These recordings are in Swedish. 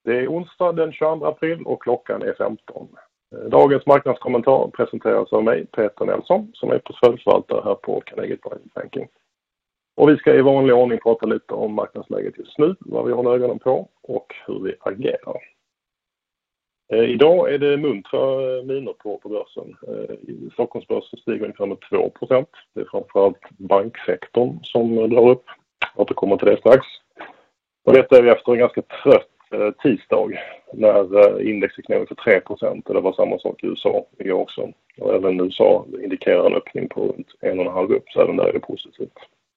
Det är onsdag den 22 april och klockan är 15. Dagens marknadskommentar presenteras av mig, Peter Nelson, som är portföljförvaltare här på Carnegie Private Banking. Och vi ska i vanlig ordning prata lite om marknadsläget just nu, vad vi håller ögonen på och hur vi agerar. Idag är det muntra miner på börsen. I Stockholmsbörsen stiger ungefär med 2%. Det är framförallt banksektorn som drar upp. Jag återkommer till det strax. Och detta är vi efter en ganska trött tisdag när index gick ner för 3%. Det var samma sak i USA igår också. Och även USA indikerar en öppning på runt 1,5 upp, så även där är det positivt.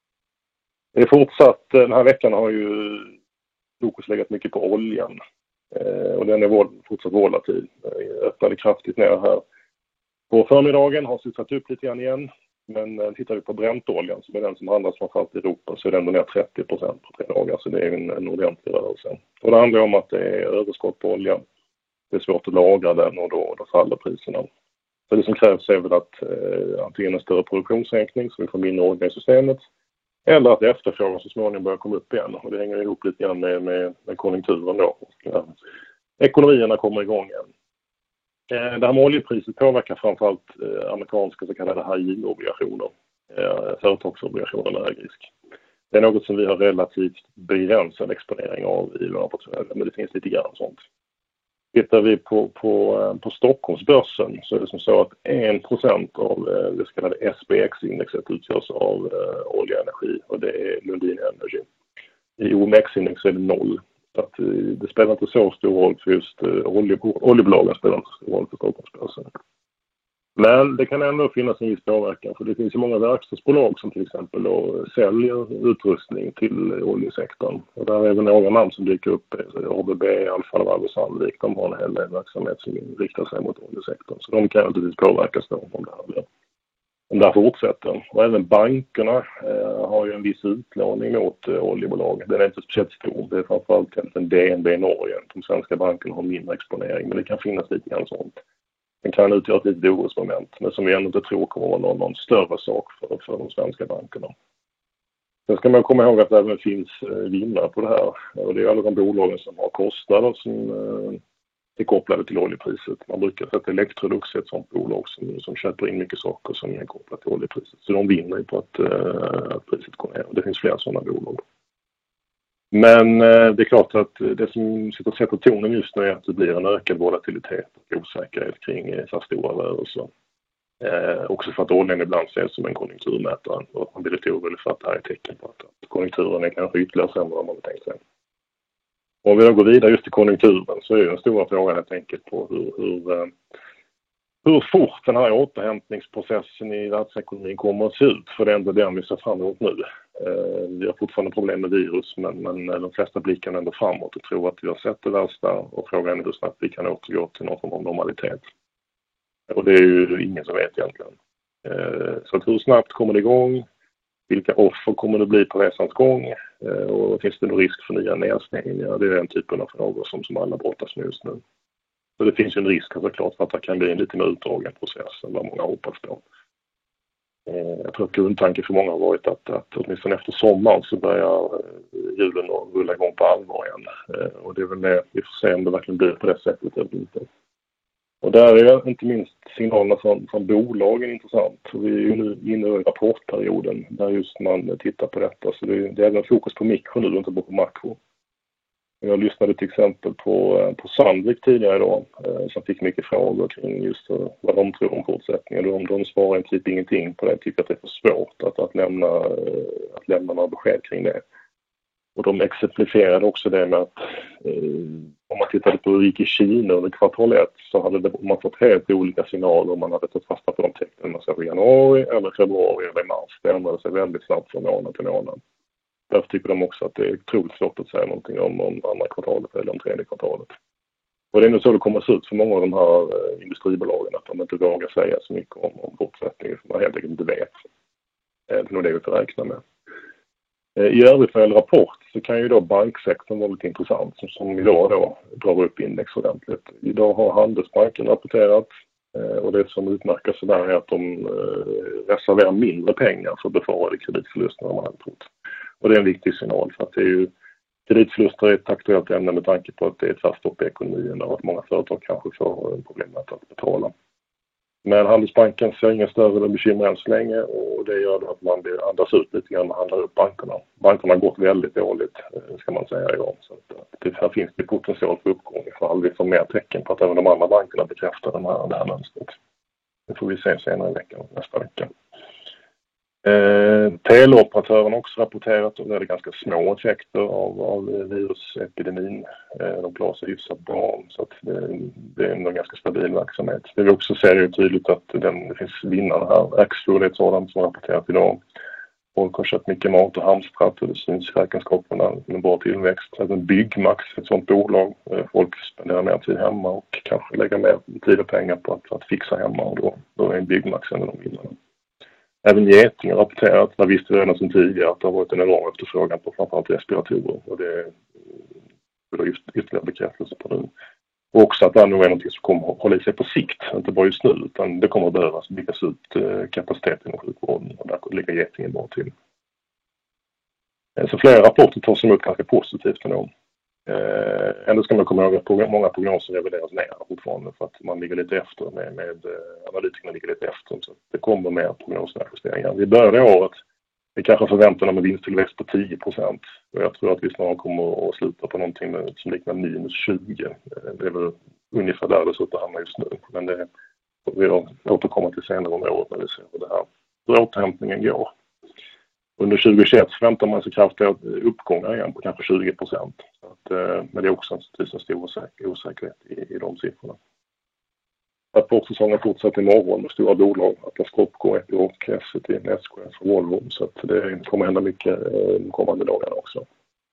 Det är fortsatt, den här veckan har ju fokus legat mycket på oljan. Och den är fortsatt volatil. Öppnade kraftigt ner här på förmiddagen, har studsat upp lite grann igen. Men tittar vi på Brentoljan, som är den som handlas framförallt i Europa, så är den ner 30% på 3 dagar. Så det är en ordentlig rörelse. Och det handlar om att det är överskott på olja. Det är svårt att lagra den och då faller priserna. Så det som krävs är väl att antingen en större produktionssänkning så vi får mindre olja i systemet. Eller att efterfrågan så småningom börjar komma upp igen. Och det hänger ihop lite grann med konjunkturen då. Ekonomierna kommer igång igen. Det här med oljepriset påverkar framförallt amerikanska så kallade high yield-obligationer. Företagsobligationer med hög risk. Det är något som vi har relativt begränsad exponering av i våra portföljer, men det finns lite grann sånt. Tittar vi på Stockholmsbörsen så är det som så att 1% av det så kallade SPX-indexet utgörs av olja och energi, och det är Lundin Energy. I OMX-index är det 0. Så att det spelar inte så stor roll för just oljebolagen, spelar inte så stor roll för Stockholmsbörsen. Men det kan ändå finnas en viss påverkan, för det finns ju många verkstadsbolag som till exempel då säljer utrustning till oljesektorn. Och där är även några namn som dyker upp, ABB, Alfa Laval och Sandvik. De har en hel del verksamhet som riktar sig mot oljesektorn. Så de kan naturligtvis påverkas då om det här fortsätter. Och även bankerna har ju en viss utlåning mot oljebolag. Den är inte speciellt stor. Det är framförallt egentligen DNB i Norge. De svenska bankerna har mindre exponering, men det kan finnas lite grann sånt. Den kan utgöra ett litet orosmoment, men som vi ändå inte tror kommer att vara någon större sak för de svenska bankerna. Sen ska man komma ihåg att det även finns vinnare på det här. Och det är alla de bolagen som har kostnader som är kopplade till oljepriset. Man brukar sätta Electrolux ett sådant bolag som köper in mycket saker som är kopplat till oljepriset. Så de vinner ju på att priset går ner. Det finns flera sådana bolag. Men det är klart att det som sitter och sätter tonen just nu är att det blir en ökad volatilitet och osäkerhet kring så här stora rörelser. Också för att oljan ibland ses som en konjunkturmätare och att man blir lite orolig för att det här är tecken på att konjunkturen är kanske ytterligare sämre än man har tänkt sig. Om vi då går vidare just till konjunkturen så är den stora frågan helt enkelt på hur fort den här återhämtningsprocessen i världsekonomin kommer att se ut. För det är ändå den vi ser fram emot nu. Vi har fortfarande problem med virus, men de flesta blickar ändå framåt och tror att vi har sett det värsta, och frågan är hur snabbt vi kan återgå till någon form av normalitet. Och det är ju ingen som vet egentligen. Så att hur snabbt kommer det igång? Vilka offer kommer det bli på resans gång? Och finns det någon risk för nya nedstängningar? Det är den typen av frågor som alla brottas med just nu. Så det finns ju en risk såklart för att det kan bli en lite mer utdragen process än vad många hoppas på. Jag tror att grundtanken för många har varit att åtminstone efter sommaren så börjar hjulen rulla igång på allvar igen. Och det är väl det, vi får se om det verkligen blir på det sättet eller inte. Och där är inte minst signalerna från bolagen intressant. Vi är ju nu inne i rapportperioden där just man tittar på detta. Så det är även fokus på mikro nu och inte bara på makro. Jag lyssnade till exempel på Sandvik tidigare idag som fick mycket frågor kring just vad de tror om fortsättningen. De svarar i princip ingenting på det. Jag tycker att det är för svårt att lämna några besked kring det. Och de exemplifierade också det med att om man tittade på hur det gick i Kina under kvartal 1 så hade man fått helt olika signaler om man hade tagit fasta på de tecknen man såg i januari eller februari eller mars. Det ändrade sig väldigt snabbt från månad till månad. Därför tycker de också att det är otroligt svårt att säga någonting om andra kvartalet eller om tredje kvartalet. Och det är nog så det kommer att se ut för många av de här industribolagen, att de inte vågar säga så mycket om fortsättningen för man helt enkelt inte vet. Det är nog det vi får räkna med. I övrigt för en rapport så kan ju då banksektorn vara lite intressant som idag då drar upp index ordentligt. Idag har Handelsbanken rapporterat och det som utmärker sig där är att de reserverar mindre pengar för befarade kreditförluster än man hade trott. Och det är en viktig signal för att det är ju Kreditförluster är ett aktuellt ämne med tanke på att det är ett fast stopp i ekonomin och att många företag kanske får problem med att betala. Men Handelsbanken ser inga större bekymmer än så länge och det gör att man andas ut lite grann och handlar upp bankerna. Bankerna har gått väldigt dåligt, ska man säga idag. Så att här finns det potential för uppgång ifall vi får mer tecken på att även de andra bankerna bekräftar det här mönstret. Det får vi se senare i veckan, nästa vecka. Teleoperatörerna har också rapporterat och det är ganska små effekter av virusepidemin. De klarar sig hyfsat bra så att det är en ganska stabil verksamhet. Det vi också ser ju tydligt att det finns vinnare här. Axfood är ett sådant som har rapporterat idag. Folk har köpt mycket mat och hamstrat och det syns i räkenskaperna med bra tillväxt. Även Byggmax, ett sådant bolag. Folk spenderar mer tid hemma och kanske lägger mer tid och pengar på att fixa hemma och då är Byggmax en av de vinnarna. Även Geting har rapporterat, man visste redan sedan tidigare att det har varit en enorm efterfrågan på framförallt respiratorer och det är ytterligare bekräftelse på det. Och också att det nog är något som kommer att hålla i sig på sikt, inte bara just nu utan det kommer att behövas byggas ut kapacitet inom sjukvården och där ligger Getingen bra till. Så flera rapporter tas emot ganska positivt ändå. Ändå ska man komma ihåg att många prognoser revideras ner fortfarande för att man ligger lite efter med analytikerna ligger lite efter så det kommer mer prognosjusteringar. Vi började året, vi kanske förväntar oss en vinsttillväxt på 10% och jag tror att vi snart kommer att sluta på någonting som liknar minus 20. Det är väl ungefär där det slutar hamna just nu men det får vi återkomma till senare om året när vi ser hur återhämtningen går. Under 2021 förväntar man sig kraftiga uppgångar igen på kanske 20%. Men det är också en stor osäkerhet i de siffrorna. Rapportsäsongen fortsätter imorgon med stora bolag. Atlas Copco, Epiroc, Essity, SKF och Volvo. Så att det kommer hända mycket de kommande dagarna också.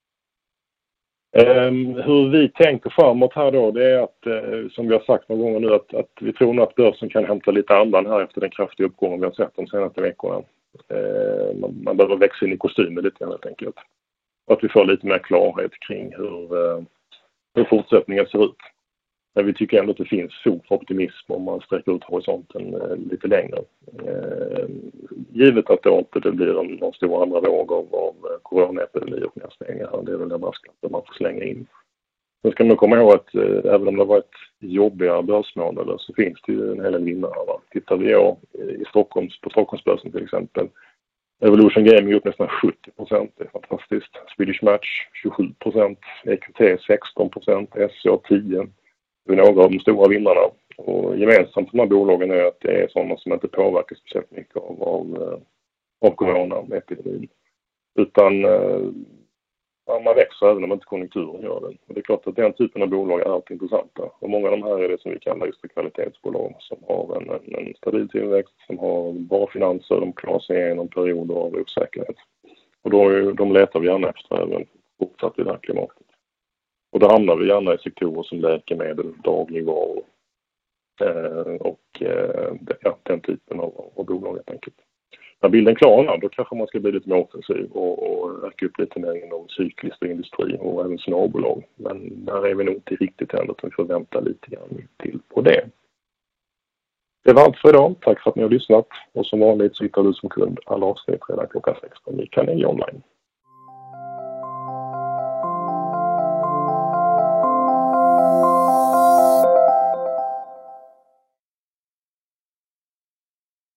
Hur vi tänker framåt här då, det är att som vi har sagt några gånger nu att vi tror nog att börsen kan hämta lite andan här efter den kraftiga uppgången vi har sett de senaste veckorna. Man behöver växa in i kostymen lite helt enkelt. Och att vi får lite mer klarhet kring hur fortsättningen ser ut. Men vi tycker ändå att det finns fog för optimism om man sträcker ut horisonten lite längre. Givet att det blir någon stor andra våg av coronaepidemi och nedstängningar. Det är väl den brasklappen man får slänga in. Sen ska man komma ihåg att även om det har varit jobbiga börsmånader så finns det ju en hel del vinnare. Tittar vi på Stockholmsbörsen till exempel. Evolution Gaming upp nästan 70%, det är fantastiskt. Swedish Match 27%, EQT 16%, SCA 10%. Det är några av de stora vinnarna. Och gemensamt för de här bolagen är att det är sådana som inte påverkas speciellt mycket av coronaepidemin. Utan man växer även om inte konjunkturen gör det. Och det är klart att den typen av bolag är alltid intressanta. Och många av de här är det som vi kallar just kvalitetsbolag som har en stabil tillväxt, som har bra finanser, de klarar sig igenom perioder av osäkerhet. Och de letar vi gärna efter även fortsatt i det här klimatet. Och då hamnar vi gärna i sektorer som läkemedel, dagligvaror och den typen av bolag helt enkelt. När bilden klarnar då kanske man ska bli lite mer offensiv och öka upp lite mer inom cyklisk industri och även småbolag. Men där är vi nog inte riktigt än att vi får vänta lite grann till på det. Det var allt för idag. Tack för att ni har lyssnat. Och som vanligt så hittar du som kund alla avsnitt redan klockan 16 i Carnegie Online.